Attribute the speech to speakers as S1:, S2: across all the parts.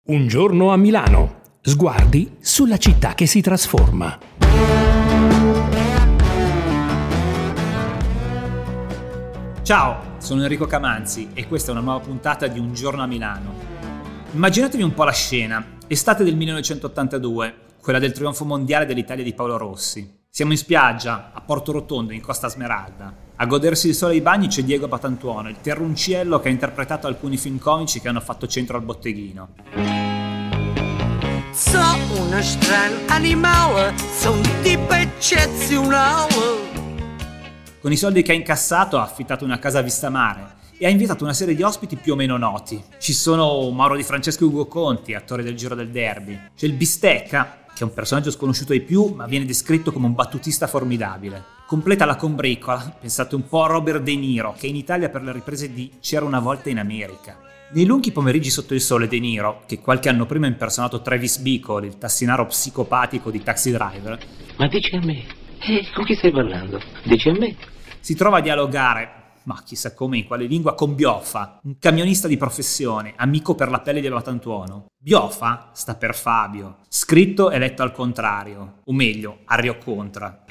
S1: Un giorno a Milano. Sguardi sulla città che si trasforma.
S2: Ciao, sono Enrico Camanzi e questa è una nuova puntata di Un giorno a Milano. Immaginatevi un po' la scena, estate del 1982, quella del trionfo mondiale dell'Italia di Paolo Rossi. Siamo in spiaggia, a Porto Rotondo, in Costa Smeralda. A godersi il sole ai bagni c'è Diego Batantuono, il terrunciello che ha interpretato alcuni film comici che hanno fatto centro al botteghino.
S3: So uno strano animale, so un tipo eccezionale.
S2: Con i soldi che ha incassato ha affittato una casa a vista mare e ha invitato una serie di ospiti più o meno noti. Ci sono Mauro Di Francesco e Ugo Conti, attori del Giro del Derby. C'è il Bistecca, che è un personaggio sconosciuto ai più ma viene descritto come un battutista formidabile. Completa la combricola, pensate un po' a Robert De Niro, che è in Italia per le riprese di C'era una volta in America. Nei lunghi pomeriggi sotto il sole, De Niro, che qualche anno prima ha impersonato Travis Bickle, il tassinaro psicopatico di Taxi Driver,
S4: Ma dici a me? Con chi stai parlando? Dici a me?
S2: si trova a dialogare, ma chissà come, in quale lingua, con Bioffa, un camionista di professione, amico per la pelle di Batantuono. Bioffa sta per Fabio, scritto e letto al contrario, o meglio, a Rio Contra.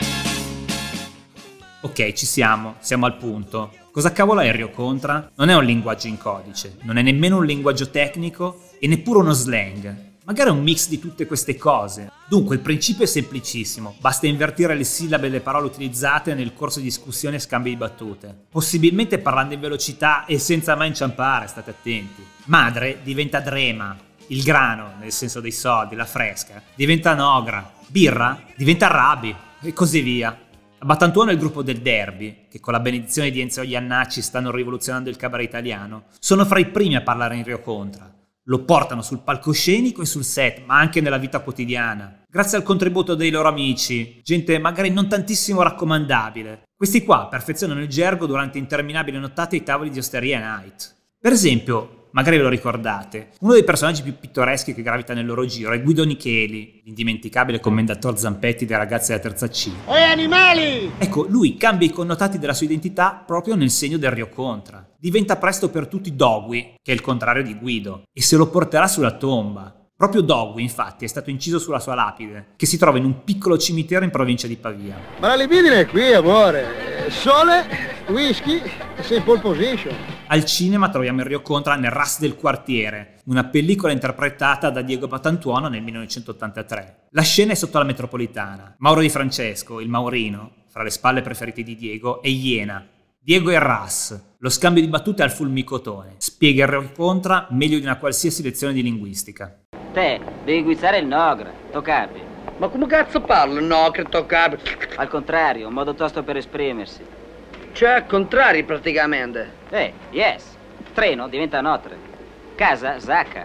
S2: Ok, ci siamo al punto. Cosa cavolo è Rio Contra? Non è un linguaggio in codice, non è nemmeno un linguaggio tecnico e neppure uno slang. Magari è un mix di tutte queste cose. Dunque il principio è semplicissimo, basta invertire le sillabe e le parole utilizzate nel corso di discussioni e scambi di battute. Possibilmente parlando in velocità e senza mai inciampare, state attenti. Madre diventa drema, il grano, nel senso dei soldi, la fresca, diventa nogra, birra diventa rabi e così via. A Batantuono è il gruppo del Derby, che con la benedizione di Enzo Iannacci stanno rivoluzionando il cabaret italiano, sono fra i primi a parlare in Rio Contra. Lo portano sul palcoscenico e sul set, ma anche nella vita quotidiana. Grazie al contributo dei loro amici, gente magari non tantissimo raccomandabile. Questi qua perfezionano il gergo durante interminabili nottate ai tavoli di Osteria Night. Per esempio, magari ve lo ricordate, uno dei personaggi più pittoreschi che gravita nel loro giro è Guido Nicheli, l'indimenticabile commendator Zampetti dei ragazzi della terza C.
S5: Oi animali!
S2: Ecco, lui cambia i connotati della sua identità proprio nel segno del Rio Contra. Diventa presto per tutti Dogui, che è il contrario di Guido, e se lo porterà sulla tomba. Proprio Dogui, infatti, è stato inciso sulla sua lapide, che si trova in un piccolo cimitero in provincia di Pavia.
S5: Ma la libidine è qui, amore. Sole, whisky, sei in pole position.
S2: Al cinema troviamo il Rio Contra nel Ras del quartiere, una pellicola interpretata da Diego Batantuono nel 1983. La scena è sotto la metropolitana. Mauro Di Francesco, il Maurino, fra le spalle preferite di Diego, è Iena. Diego è Ras. Lo scambio di battute al fulmicotone. Spiega il Rio Contra meglio di una qualsiasi lezione di linguistica.
S6: Te, devi guizzare il Nogra, toccapi.
S5: Ma come cazzo parlo? No, che toccabile.
S6: Al contrario, un modo tosto per esprimersi.
S5: Cioè, contrari praticamente.
S6: Yes. Treno diventa notre. Casa, zacca.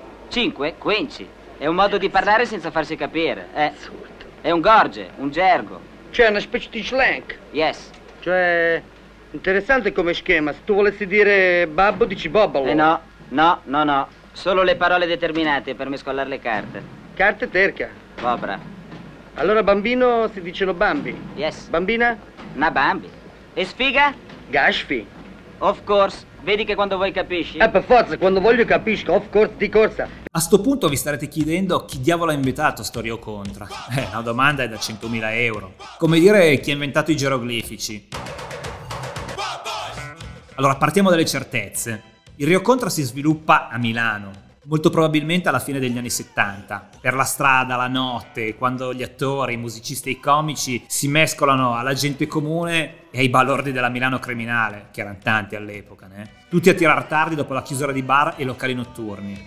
S6: 5, quenci. È un modo di parlare senza farsi capire. È un gorge, un gergo.
S5: Cioè, una specie di slang.
S6: Yes.
S5: Cioè, interessante come schema. Se tu volessi dire babbo, dici bobbalo.
S6: No. Solo le parole determinate per mescolare le carte.
S5: Carte terca.
S6: Bobra.
S5: Allora bambino si dicono bambi.
S6: Yes.
S5: Bambina?
S6: Na bambi. E sfiga?
S5: Gashfi.
S6: Of course. Vedi che quando vuoi capisci?
S5: Per forza, quando voglio capisco, of course, di corsa.
S2: A sto punto vi starete chiedendo chi diavolo ha inventato sto Rio Contra. La domanda è da 100.000 euro. Come dire chi ha inventato i geroglifici. Allora, partiamo dalle certezze. Il Rio Contra si sviluppa a Milano, molto probabilmente alla fine degli anni 70, per la strada, la notte, quando gli attori, i musicisti e i comici si mescolano alla gente comune e ai balordi della Milano criminale, che erano tanti all'epoca, tutti a tirar tardi dopo la chiusura di bar e locali notturni.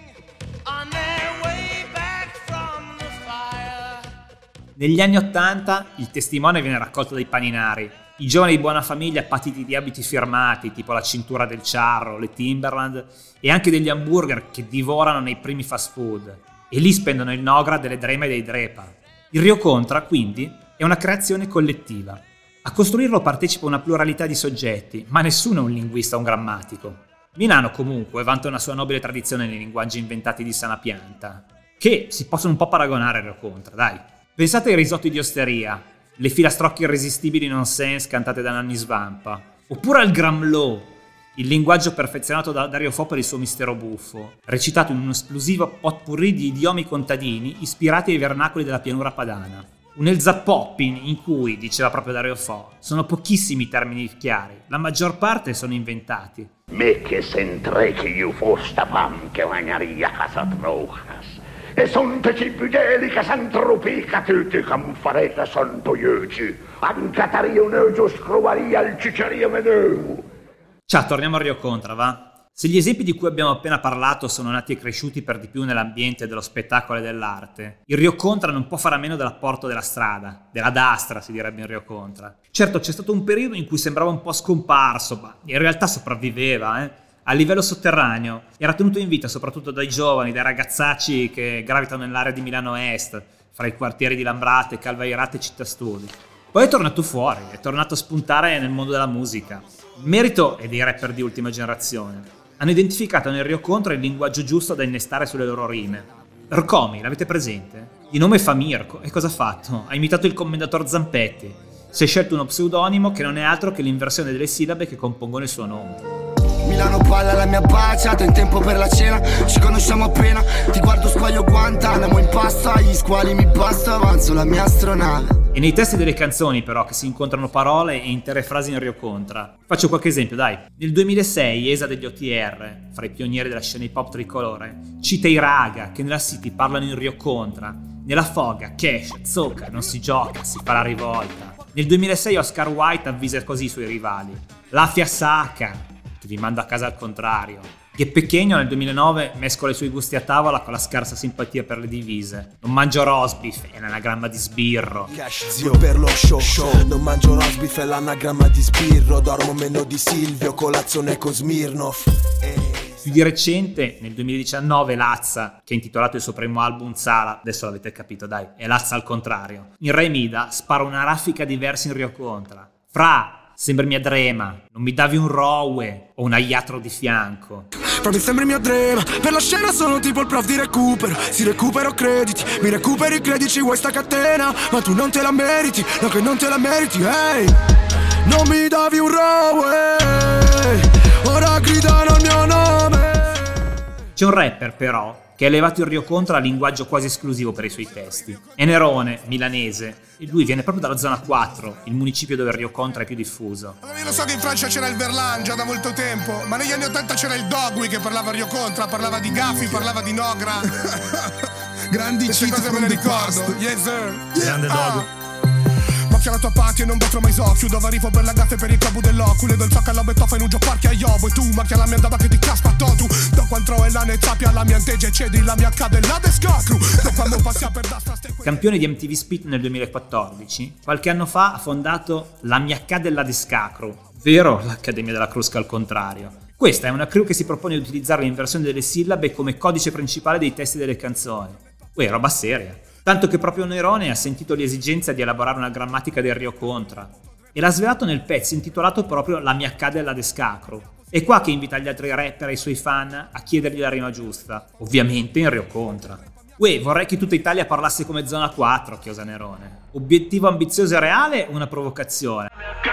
S2: Negli anni 80 il testimone viene raccolto dai paninari. I giovani di buona famiglia patiti di abiti firmati, tipo la cintura del Charro, le Timberland, e anche degli hamburger che divorano nei primi fast food. E lì spendono il Nogra delle dreme e dei drepa. Il Rio Contra, quindi, è una creazione collettiva. A costruirlo partecipa una pluralità di soggetti, ma nessuno è un linguista o un grammatico. Milano, comunque, vanta una sua nobile tradizione nei linguaggi inventati di sana pianta, che si possono un po' paragonare al Rio Contra, dai. Pensate ai risotti di Osteria, le filastrocche irresistibili nonsense cantate da Nanni Svampa, oppure al Gramlow, il linguaggio perfezionato da Dario Fo per il suo mistero buffo, recitato in un esplosivo potpourri di idiomi contadini ispirati ai vernacoli della pianura padana. Un Elzapoppin in cui, diceva proprio Dario Fo, sono pochissimi i termini chiari, la maggior parte sono inventati.
S7: Mycket sen träcker ju första pankevagnaria kasat rojas. E son tecibudelica santropica tutica muffareta santo jöci. Ancatario neujo scrovaria il ciccerio meneu.
S2: Ciao, torniamo a Rio Contra, va? Se gli esempi di cui abbiamo appena parlato sono nati e cresciuti per di più nell'ambiente dello spettacolo e dell'arte, il Rio Contra non può fare a meno dell'apporto della strada, della dastra si direbbe in Rio Contra. Certo, c'è stato un periodo in cui sembrava un po' scomparso, ma in realtà sopravviveva, a livello sotterraneo. Era tenuto in vita soprattutto dai giovani, dai ragazzacci che gravitano nell'area di Milano Est, fra i quartieri di Lambrate, Calvairate e Città Studi. Poi è tornato fuori, è tornato a spuntare nel mondo della musica. Il merito è dei rapper di ultima generazione. Hanno identificato nel Rio Contra il linguaggio giusto da innestare sulle loro rime. Rcomi, l'avete presente? Di nome fa Mirko, e cosa ha fatto? Ha imitato il commendator Zampetti. Si è scelto uno pseudonimo che non è altro che l'inversione delle sillabe che compongono il suo nome.
S8: Milano balla la mia baciata, in tempo per la cena, ci conosciamo appena, ti guardo squaglio Guantanamo in pasta, agli squali mi basta, avanzo la mia astronave.
S2: E nei testi delle canzoni però che si incontrano parole e intere frasi in Rio Contra. Faccio qualche esempio, dai. Nel 2006 Esa degli OTR, fra i pionieri della scena hip hop tricolore, cita i raga che nella City parlano in Rio Contra. Nella foga, cash, zocca, non si gioca, si fa la rivolta. Nel 2006 Oscar White avvisa così i suoi rivali. La fiassaca, che vi mando a casa al contrario. Gheppechegno nel 2009 mescola i suoi gusti a tavola con la scarsa simpatia per le divise. Non mangio rosbif, è l'anagramma di sbirro.
S9: Cash zio per lo show. Non mangio rosbif, è l'anagramma di sbirro. Dormo meno di Silvio, colazione con Smirnoff.
S2: Più di recente, nel 2019, Lazza, che ha intitolato il suo primo album Sala, adesso l'avete capito dai, è Lazza al contrario. In Re Mida spara una raffica di versi in Rio Contra. Fra, sembri mia drema, non mi davi un rowe o un aiatro di fianco.
S9: Proprio sembri mia drema, per la scena sono tipo il prof di recupero. Si recupero crediti, mi recuperi i crediti, vuoi sta catena, ma tu non te la meriti, no che non te la meriti, ehi. Non mi davi un rowe, ora gridano il mio nome.
S2: C'è un rapper però che ha elevato il Rio Contra a linguaggio quasi esclusivo per i suoi testi. È Nerone, milanese, e lui viene proprio dalla zona 4, il municipio dove il Rio Contra è più diffuso.
S10: Io lo so che in Francia c'era il Verlan già da molto tempo, ma negli anni 80 c'era il Dogui che parlava Rio Contra, parlava di Gaffi, parlava di Nogra. Grandi cose me ne ricordo. Yes sir. Grande Dogui. Mafia la tua patria e non vetro mai so. Chiudo varifo per la gaffe per il capo dell'ocule. Del ciocca alla betoffa in un gioparchi a Iobo. E tu marchia la mia andava che ti caspa tu. Da quantro e la ne zapia la mia anteggia e cedi la mia cade la descacru. Da quando passia per dastra
S2: Campione di MTV Spit nel 2014, qualche anno fa ha fondato la Miacca della Descacru, vero l'Accademia della Crusca al contrario. Questa è una crew che si propone di utilizzare l'inversione delle sillabe come codice principale dei testi delle canzoni. Uè, roba seria. Tanto che proprio Nerone ha sentito l'esigenza di elaborare una grammatica del Rio Contra e l'ha svelato nel pezzo intitolato proprio La Miacca della Descacru. È qua che invita gli altri rapper e i suoi fan a chiedergli la rima giusta, ovviamente in Rio Contra. Uè, vorrei che tutta Italia parlasse come zona 4, chiosa Nerone. Obiettivo ambizioso e reale o una provocazione?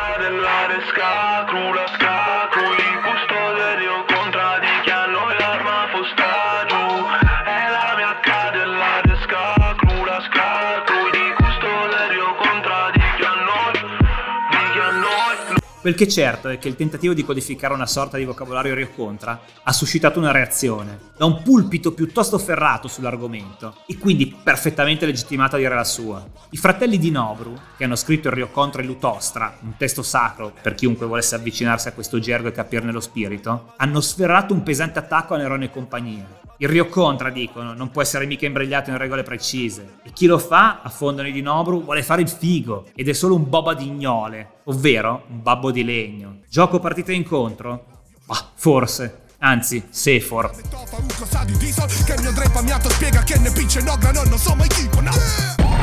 S2: Quel che è certo è che il tentativo di codificare una sorta di vocabolario Rio Contra ha suscitato una reazione da un pulpito piuttosto ferrato sull'argomento e quindi perfettamente legittimato a dire la sua. I fratelli di Nobru, che hanno scritto il Rio Contra e Lutostra, un testo sacro per chiunque volesse avvicinarsi a questo gergo e capirne lo spirito, hanno sferrato un pesante attacco a Nerone e compagnia. Il Rio Contra, dicono, non può essere mica imbrigliato in regole precise e chi lo fa, affondano i di Nobru, vuole fare il figo ed è solo un boba di ignole, ovvero un babbo di legno. Gioco partita incontro? Bah, forse. Anzi, Sefor.
S10: Che il mio drepa miato spiega che ne pince Nogra non so mai tipo, no.